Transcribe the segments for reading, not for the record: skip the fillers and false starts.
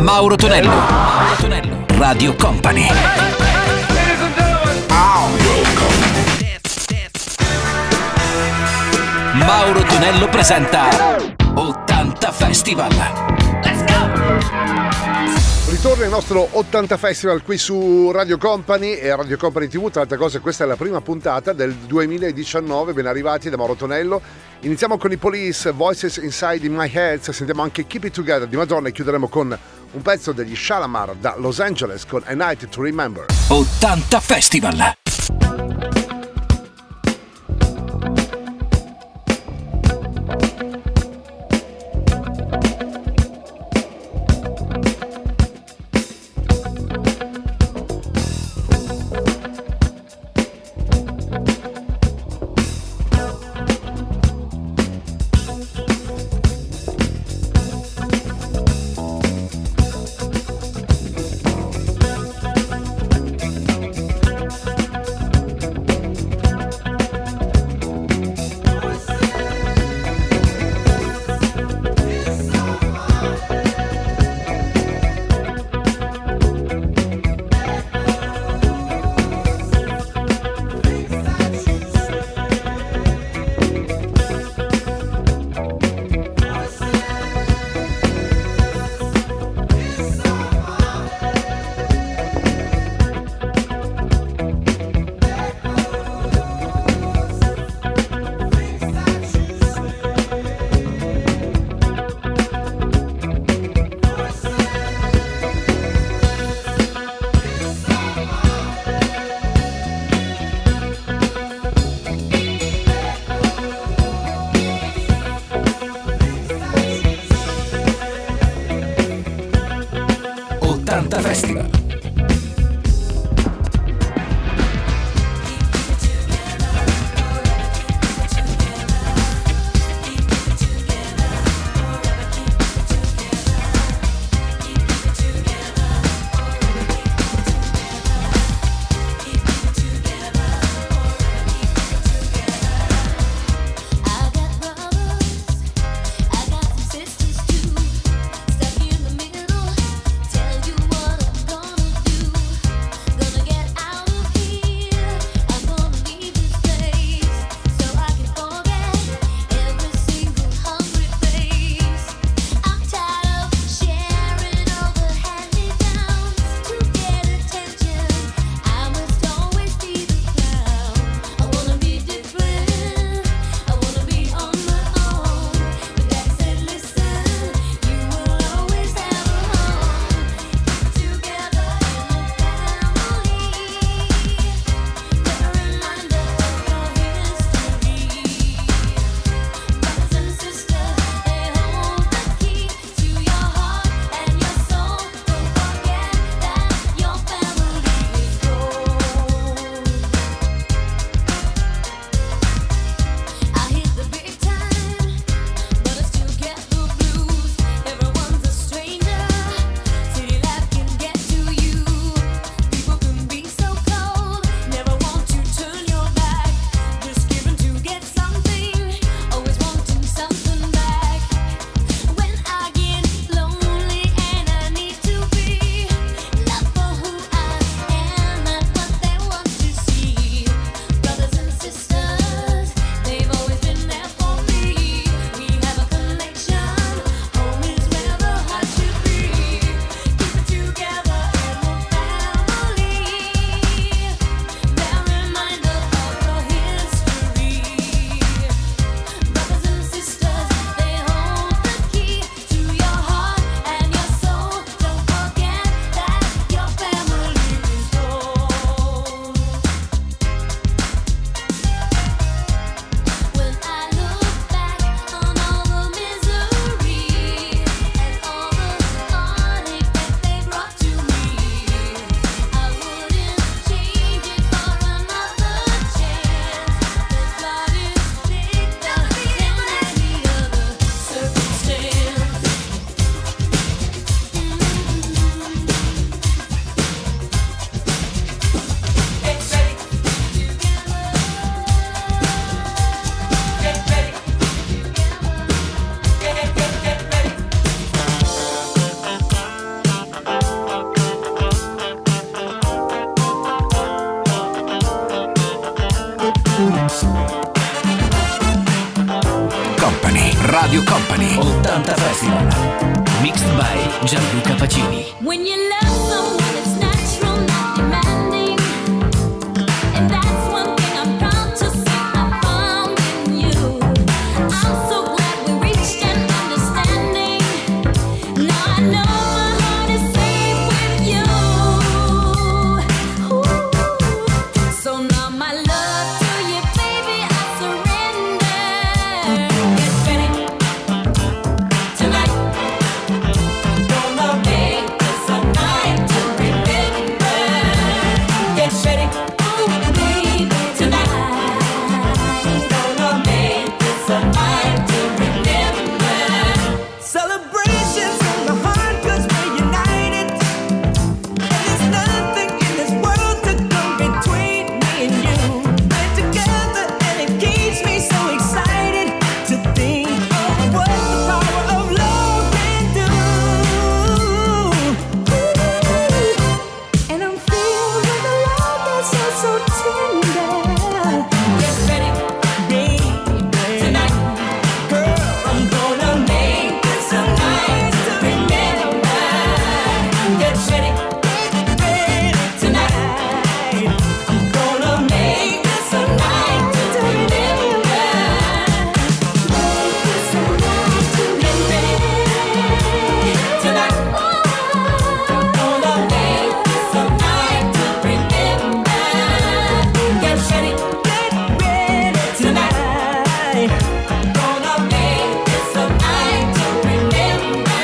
Mauro Tonello. Mauro Tonello. Radio Company. Mauro Tonello presenta 80 Festival. Let's go! Ritorna il nostro 80 Festival qui su Radio Company e Radio Company TV. Tra altre cose, questa è la prima puntata del 2019. Ben arrivati da Mauro Tonello. Iniziamo con i Police, Voices Inside in My Head. Sentiamo anche Keep It Together di Madonna e chiuderemo con un pezzo degli Shalamar da Los Angeles con A Night to Remember. 80 Festival. Festival. Sisters too, stuck in the middle. Tell you what I'm gonna Gianluca Pacini. When you love someone, it's natural, not demanding. And that's one thing I'm proud to say I found in you. I'm so glad we reached an understanding. Now I know my heart is safe with you. Ooh. So now my love to you, baby, I surrender. Get ready tonight. Gonna make this a night to remember. Get ready, ooh, baby, tonight. Gonna make this a night to remember. Celebrations from the heart 'cause we're united. And there's nothing in this world to come between me and you. We're together and it keeps me so excited to think of what the power of love can do. And I'm filled with a love that's so tender. Get ready Baby, tonight. girl, I'm gonna make this a night to remember. Get ready tonight. I'm gonna make this a night to remember. Make this a night to remember. Tonight. I'm gonna make this a night to remember. Get ready tonight. Gonna make this a night to remember.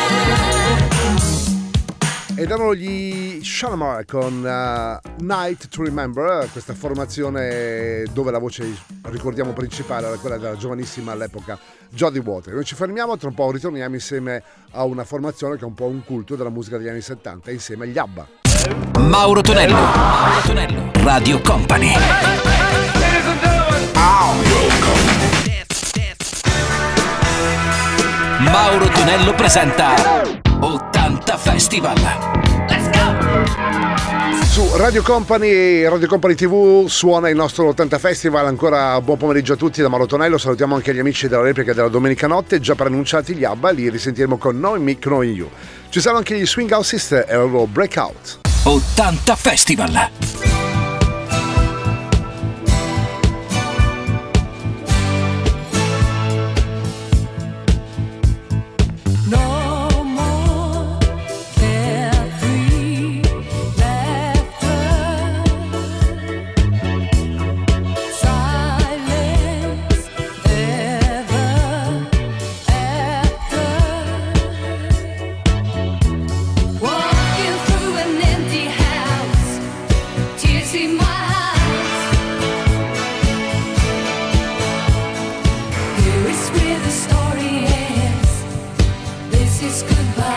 Ed erano gli Shalamar con Night to Remember, questa formazione dove la voce, ricordiamo, principale era quella della giovanissima all'epoca Jodie Water. Noi ci fermiamo, tra un po' ritorniamo insieme a una formazione che è un po' un culto della musica degli anni 70, insieme agli ABBA. Mauro Tonello, Radio Company. Mauro Tonello presenta 80 Festival. Let's go! Su Radio Company TV suona il nostro 80 Festival. Ancora buon pomeriggio a tutti da Mauro Tonello. Salutiamo anche gli amici della replica della domenica notte, già preannunciati gli ABBA, li risentiremo con Knowing Me, Knowing You. Ci saranno anche gli Swing Out Sister e il loro Breakout. 80 Festival. No more carefree laughter, silence ever after. Walking through an empty house, tears in my eyes. Here is where the story ends. This is goodbye.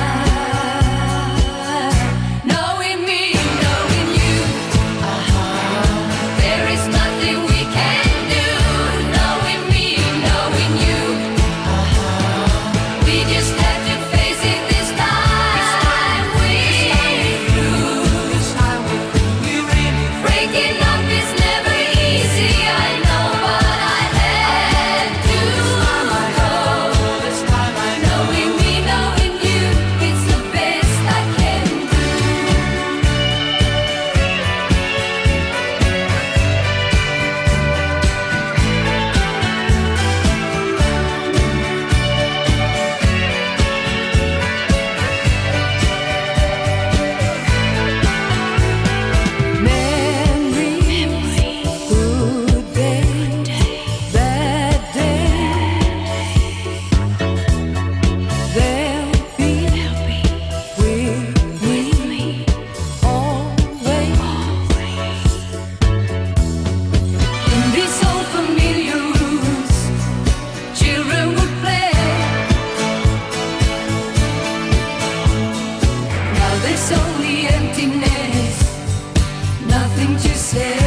Knowing me, knowing you. There is nothing we can do. Knowing me, knowing you. We just have to face it this time. We're through. Breaking up is never easy. I know, but I had to go. Knowing me, knowing you, it's the best I can do. Memory, good day, bad day. They'll be with me always. In these old familiar rooms, children would play. Now there's only emptiness, nothing to say.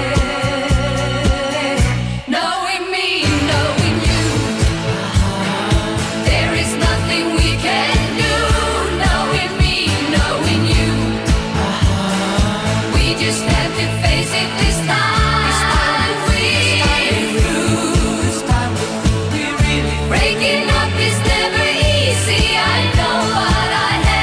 Knowing me, knowing you, there is nothing we can do. Knowing me, knowing you, we just have to face it this time. We're through. Breaking up is never easy. I know, but I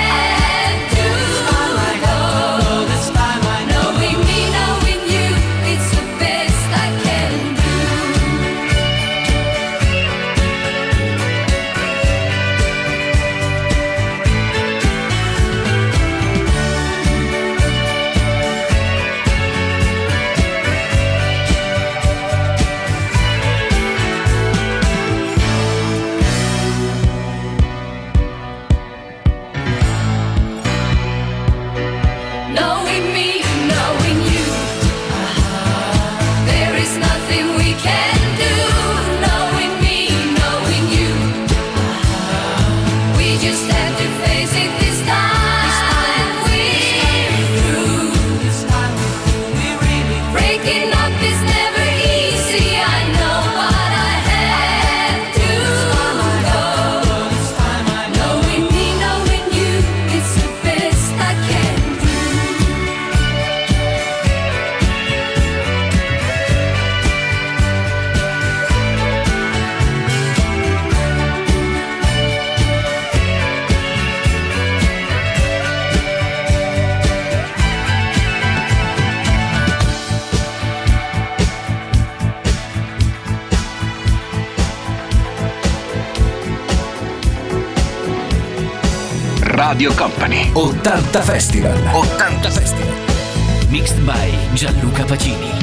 Radio Company. 80 Festival. 80 Festival. Mixed by Gianluca Pacini.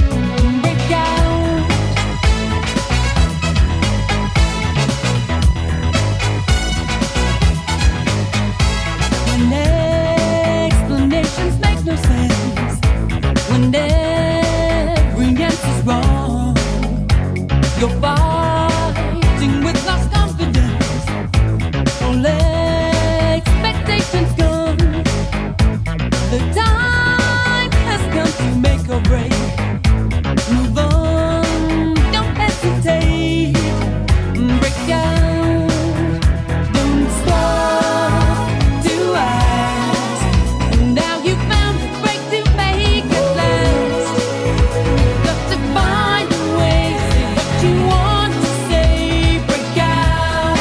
When explanations make no sense, when every answer's wrong, you're fighting with lost confidence. All expectations gone. The time has come to make or break. Move on, don't hesitate. Break out, don't stop to ask. Now you found a break to make it last. Got to find a way, say what you want to say. Break out.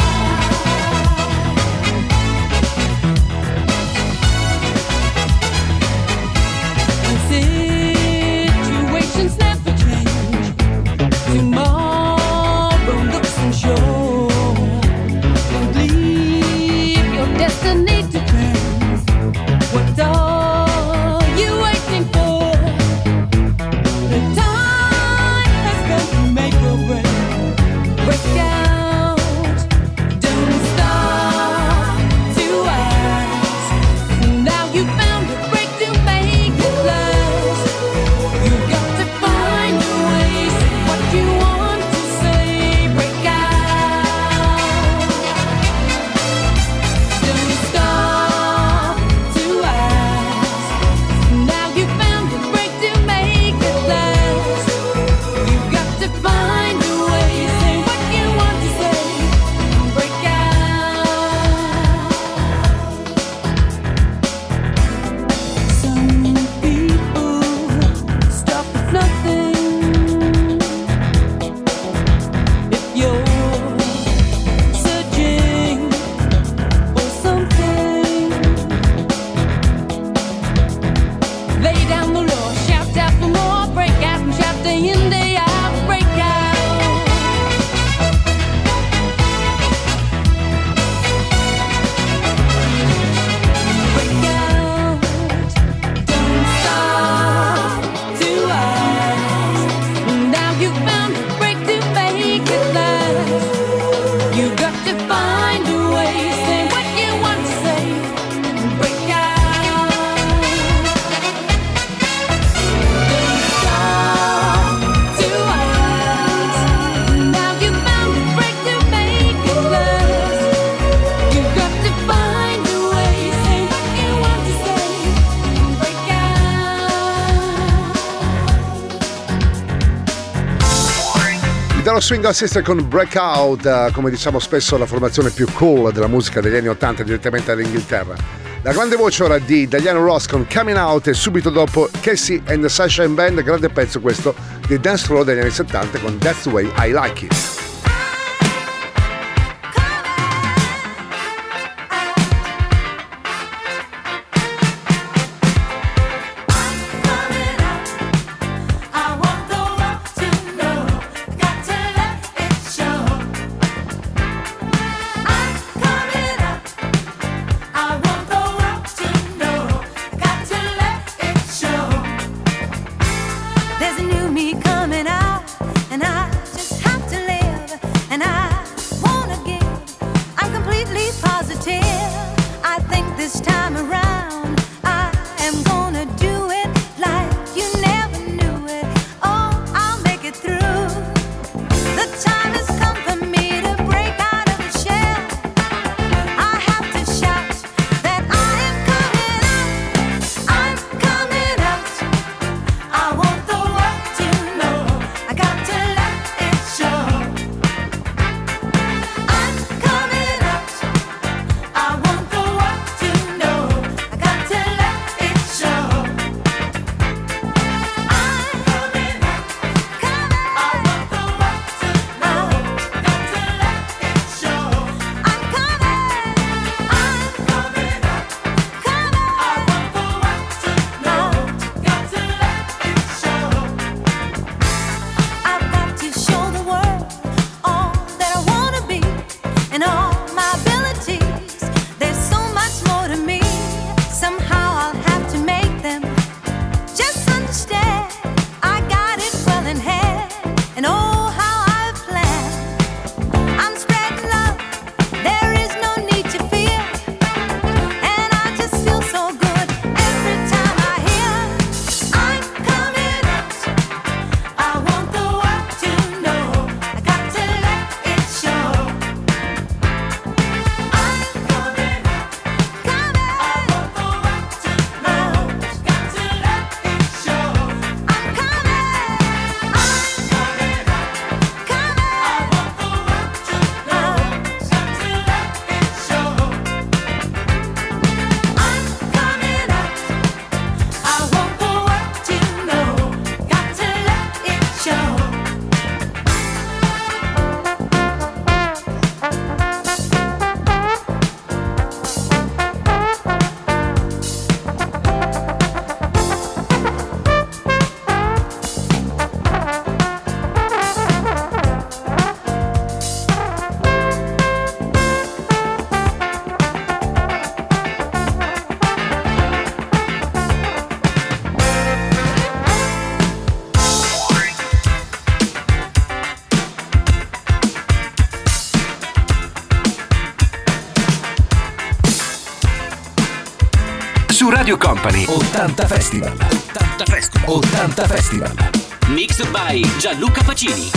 Situations never change. Tomorrow looks unsure. Don't leave your destiny to chance. What are you waiting for? The time has come to make a break. Break out. Don't stop to ask. Now you found a break to make it last. You got to find a way. Say what you want to say. Break out. Don't stop to ask. Now you found a break to make it last. You got to find a way. Say what you want to say. Break out. Some people stop at nothing. If you're searching for something, lay down the law, shout out for more, break out and shout day in, day out, break out. Break out, don't stop to ask. Now you found a break to make it last. You got to find a way, say what you want to say. Break out. Don't stop to ask. Now you found a break to make it last. You got to find a way, say what you want to say. Break out. Italo Swing Assist con Breakout, come diciamo spesso la formazione più cool della musica degli anni 80 direttamente dall'Inghilterra. La grande voce ora di Diana Ross con Coming Out e subito dopo Casey and the Sunshine Band, grande pezzo questo di dance floor degli anni 70 con That's the Way I Like It. I want the world to know, got to let it show. I'm coming up. I want the world to know, got to let it show. There's a new me coming out, and I just have to live. Su Radio Company 80 Festival. 80 Festival. 80 Festival. Mixed by Gianluca Pacini.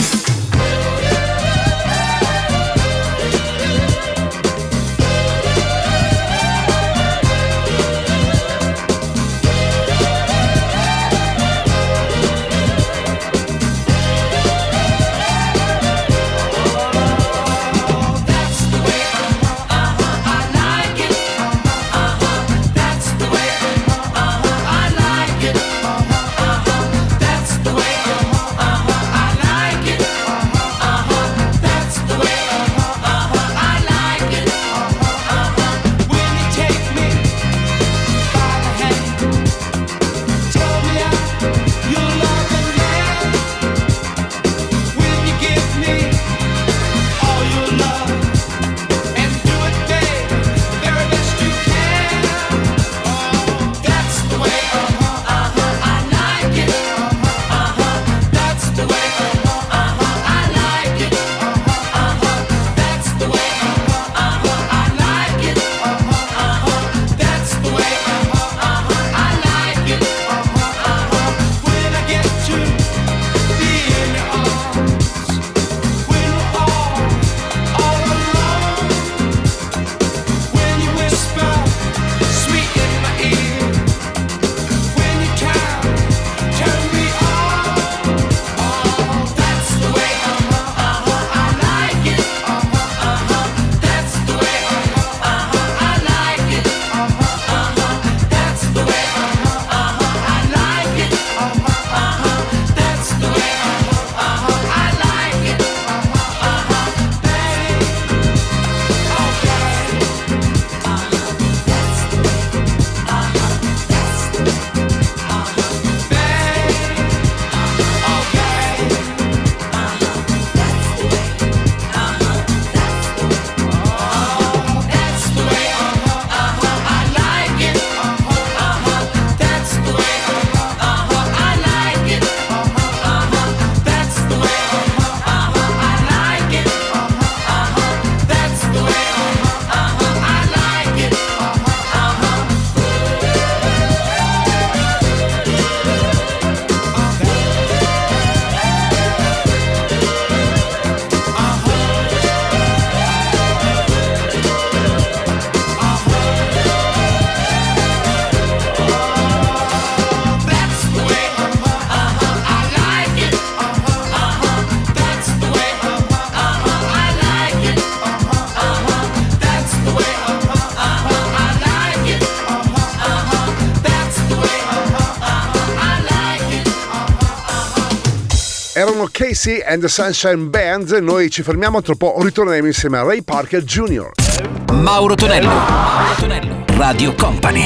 Erano Casey and the Sunshine Band. Noi ci fermiamo, tra poco ritorneremo insieme a Ray Parker Jr. Mauro Tonello. Mauro Tonello. Radio Company.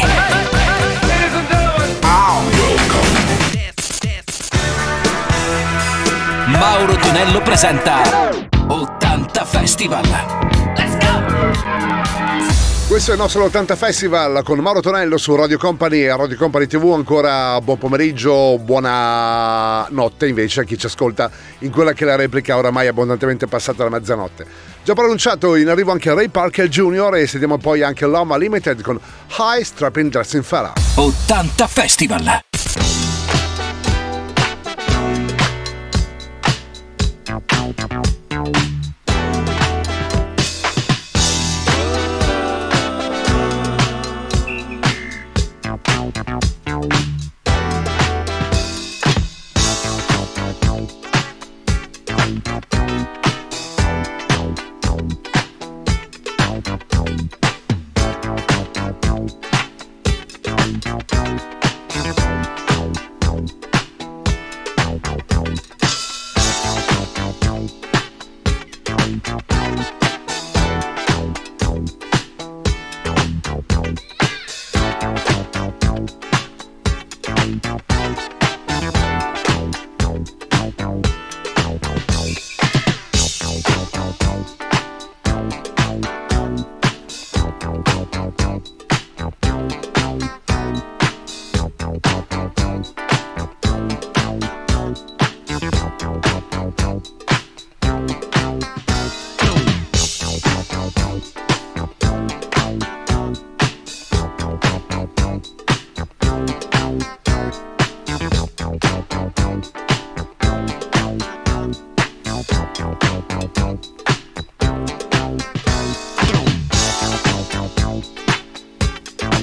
Mauro Tonello presenta 80 Festival. Let's go! Questo è il nostro 80 Festival con Mauro Tonello su Radio Company e Radio Company TV. Ancora buon pomeriggio, buona notte invece a chi ci ascolta in quella che è la replica oramai abbondantemente passata la mezzanotte. Già pronunciato, in arrivo anche Ray Parker Jr. e sentiamo poi anche Loma Limited con High Strapping Dressing Fella. 80 Festival.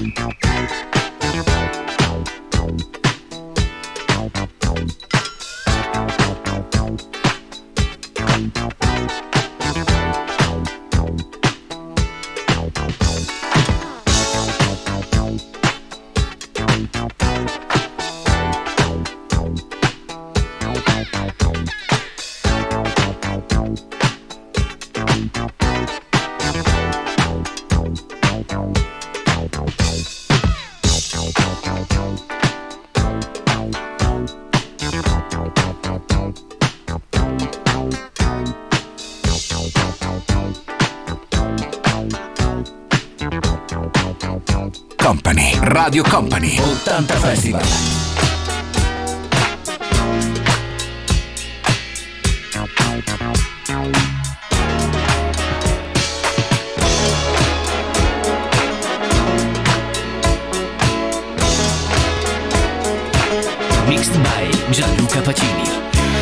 Company, Radio Company, 80 Festival. Mixed by Gianluca Pacini.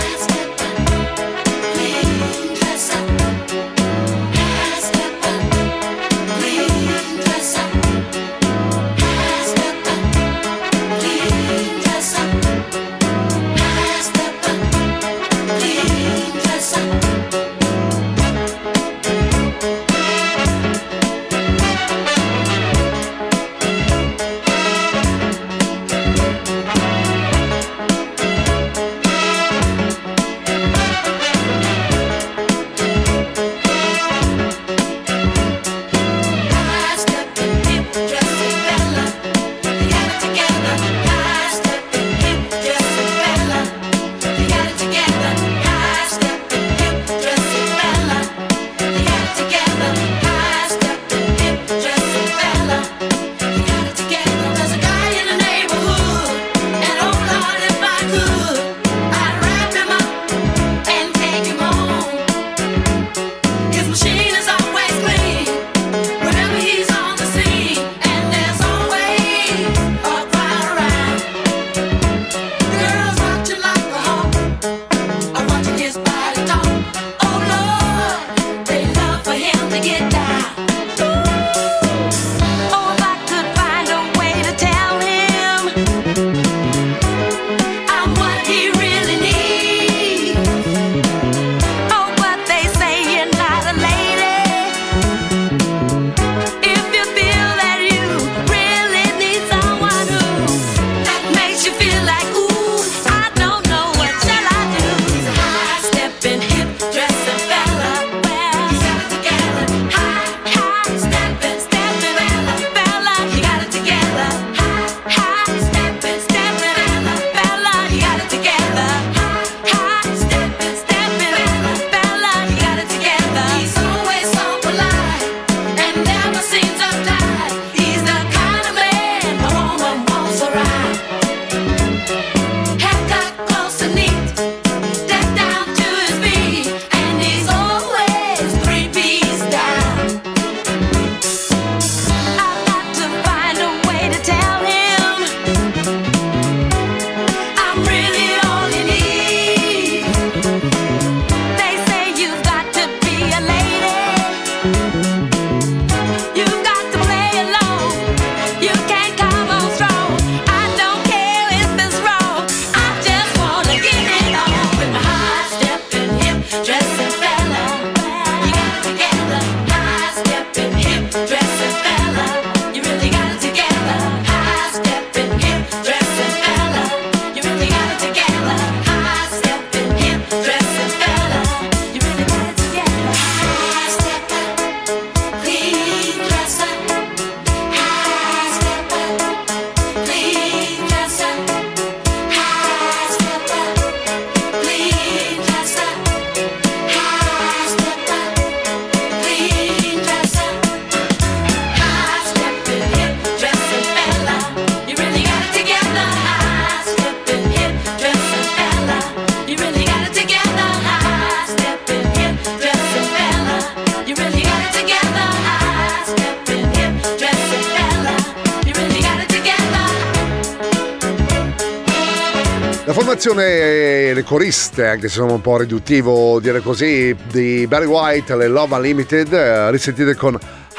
La formazione, le coriste, anche se sono un po' riduttivo dire così, di Barry White, le Love Unlimited, risentite con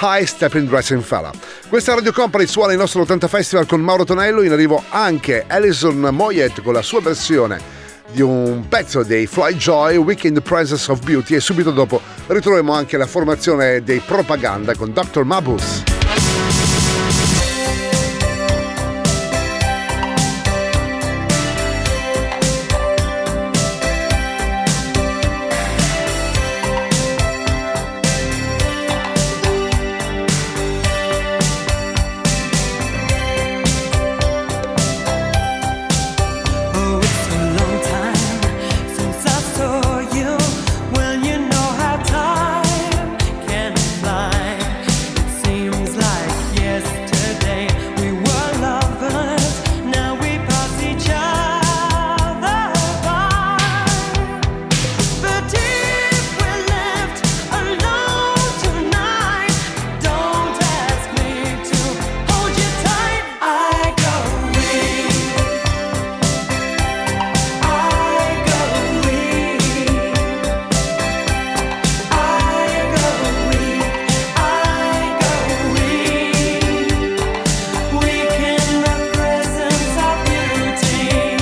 High Stepping Dressing Fella. Questa Radio Company suona il nostro 80 Festival con Mauro Tonello, in arrivo anche Alison Moyet con la sua versione di un pezzo dei Fly Joy, Week in the Presence of Beauty, e subito dopo ritroviamo anche la formazione dei Propaganda con Dr. Mabus. Seems like yesterday we were lovers. Now we pass each other by. But if we're left alone tonight, don't ask me to hold you tight. I go weak. I go weak. I go weak. I go weak. Weak in the presence of beauty.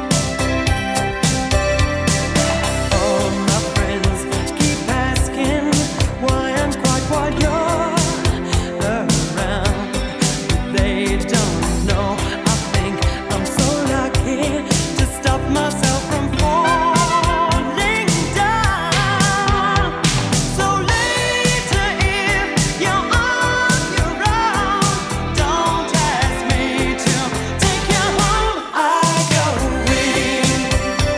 All my friends keep asking why I'm quite while you're around. They don't know. I think I'm so lucky to stop myself from falling down. So later, if you're on your own, don't ask me to take you home. I go weak.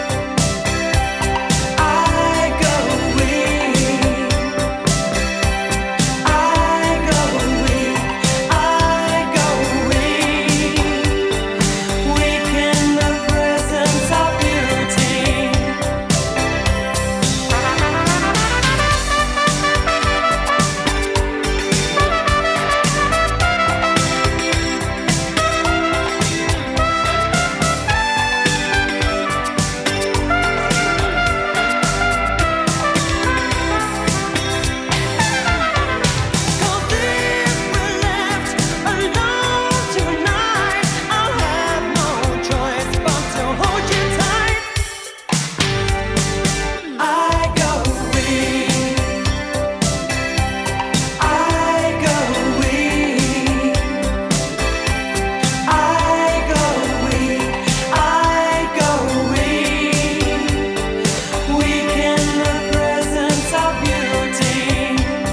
I go weak. I go weak. I go weak. Weak in the presence of beauty. Cause if we're left alone tonight, I'll have no choice but to hold you tight. I go weak. I go weak. I go weak. I go weak. Weak in the presence of beauty.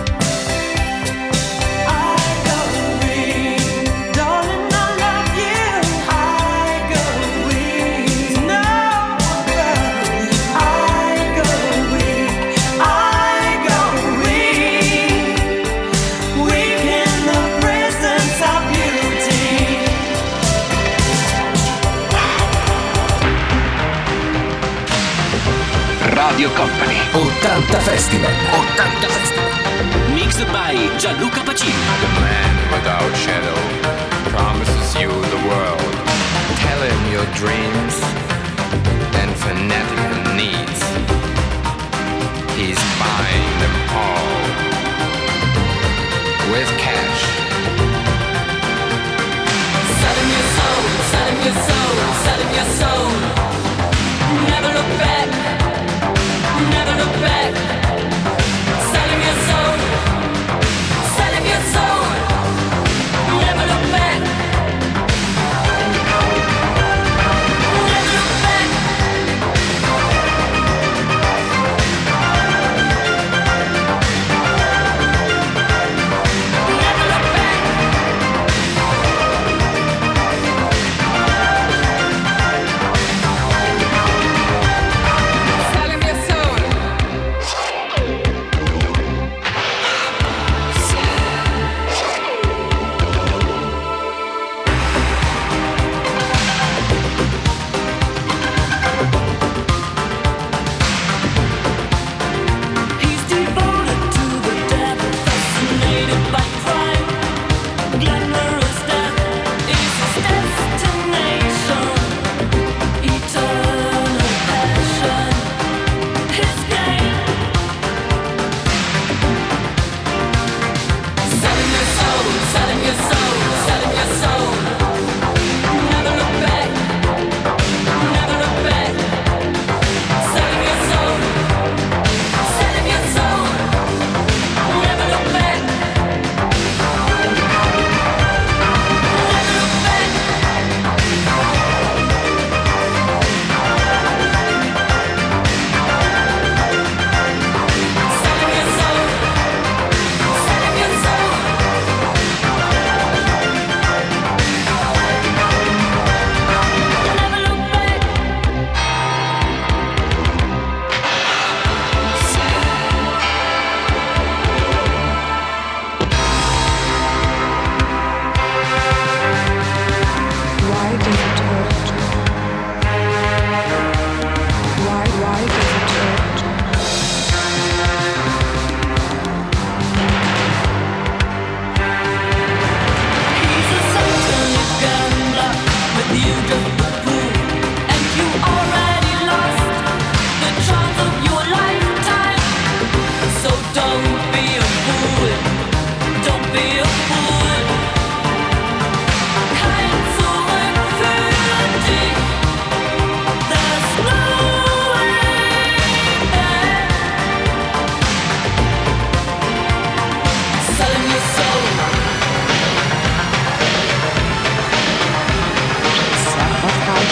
I go weak. Darling, I love you. I go weak. No, I go weak. I go weak. Weak in the presence of beauty. Radio Company 80 Festival. 80 Festival. Mixed by Gianluca Pacini. The man without shadow promises you the world. Tell him your dreams and fanatical needs. He's buying them all with cash. Selling your soul, selling your soul, selling your soul. Never look back, never look back. Selling your soul, selling your soul. Never look back, never look back. Never look back.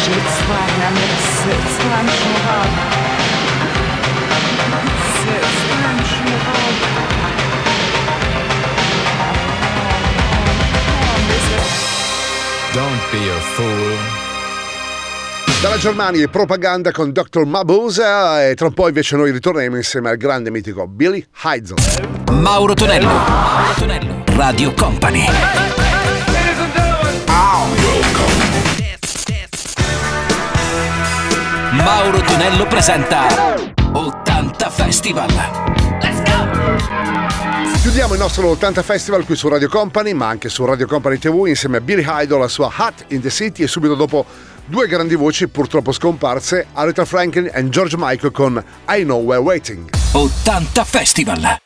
Don't be a fool. Dalla Germania Propaganda con Dr. Mabuse e tra un po' invece noi ritorneremo insieme al grande mitico Billy Idol. Mauro Tonello, Radio Company. Mauro Tonello presenta 80 Festival. Let's go! Chiudiamo il nostro 80 Festival qui su Radio Company, ma anche su Radio Company TV insieme a Billy Idol, la sua Hot in the City, e subito dopo due grandi voci purtroppo scomparse, Aretha Franklin e George Michael con I Know We're Waiting. 80 Festival.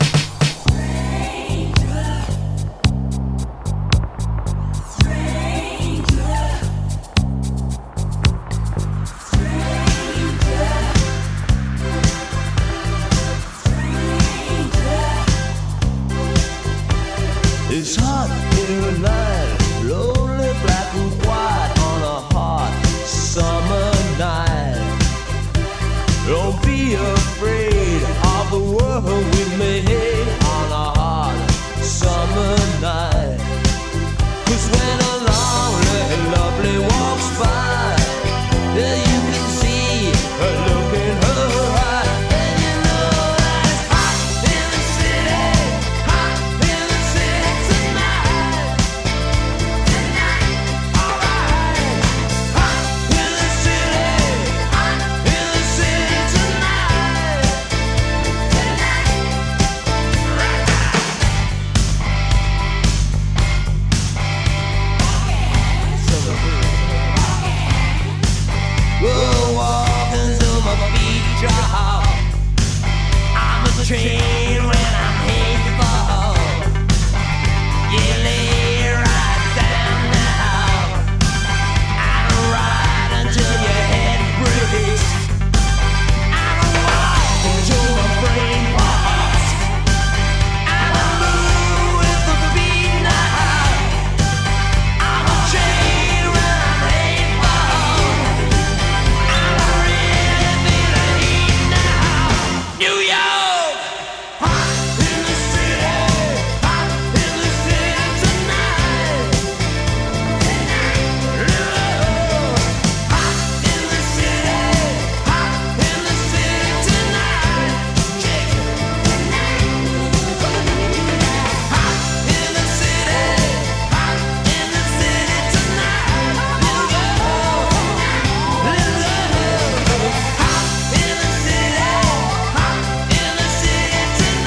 It's hot in the night, lonely black and white on a hot summer night. Don't be afraid of the world we made on a hot summer night. 'Cause when a lonely and lovely walks by, you can see her look in her eye, and you know that it's hot in the city, hot in the city tonight. Alright, hot in the city, hot in the city tonight. We'll walk into my beach house. I'm a train when I'm headed for home. You lay right down now. I'll ride until your head breaks. I'll walk until my brain pops. I'll move with the beat now. I'm a train when I'm headed for home. I'm really feeling heat now. New York, hot in the city, hot in the city tonight. Love, hot in the city, hot in the city tonight. Check it. Hot in the city, hot in the city tonight. Love, hot in the city, hot in the city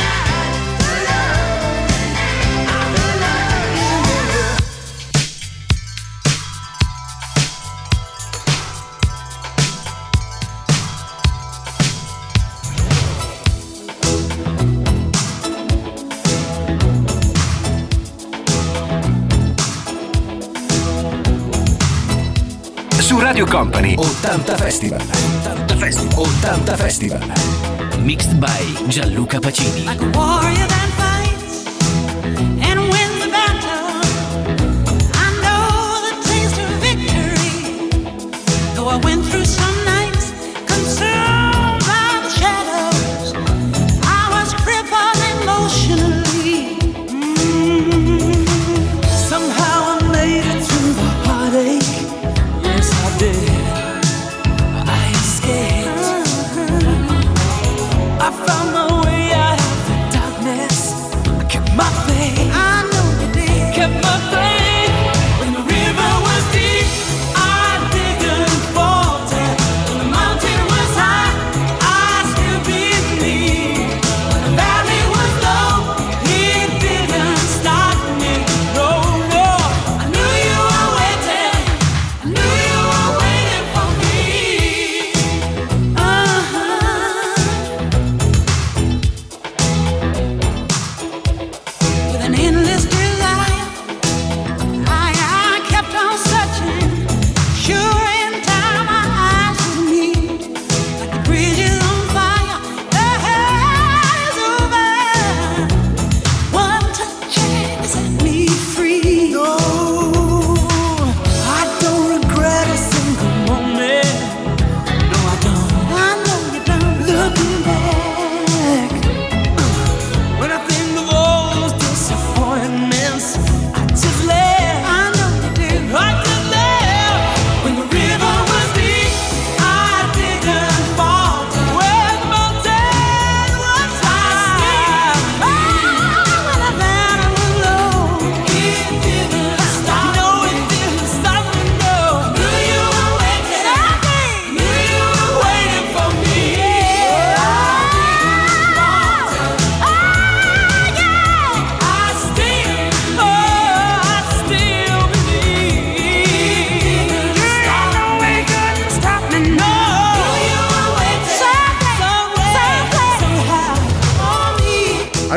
Su Radio Company 80 Festival. 80 Festival. 80 Festival. Mixed by Gianluca Pacini. Like a warrior that fights and wins the battle. I know the taste of victory. Though I went through some nights consumed by the shadows, I was crippled emotionally. Somehow I made it through the heartache. Yes, I did. I escaped. I found my way out of the darkness.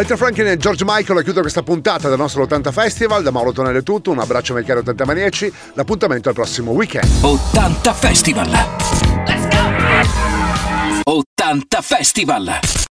Aretha Franklin e George Michael a chiudere questa puntata del nostro 80 Festival. Da Mauro Tonello è tutto, un abbraccio ai cari 80 maniaci, l'appuntamento al prossimo weekend. 80 Festival! Let's go! 80 Festival!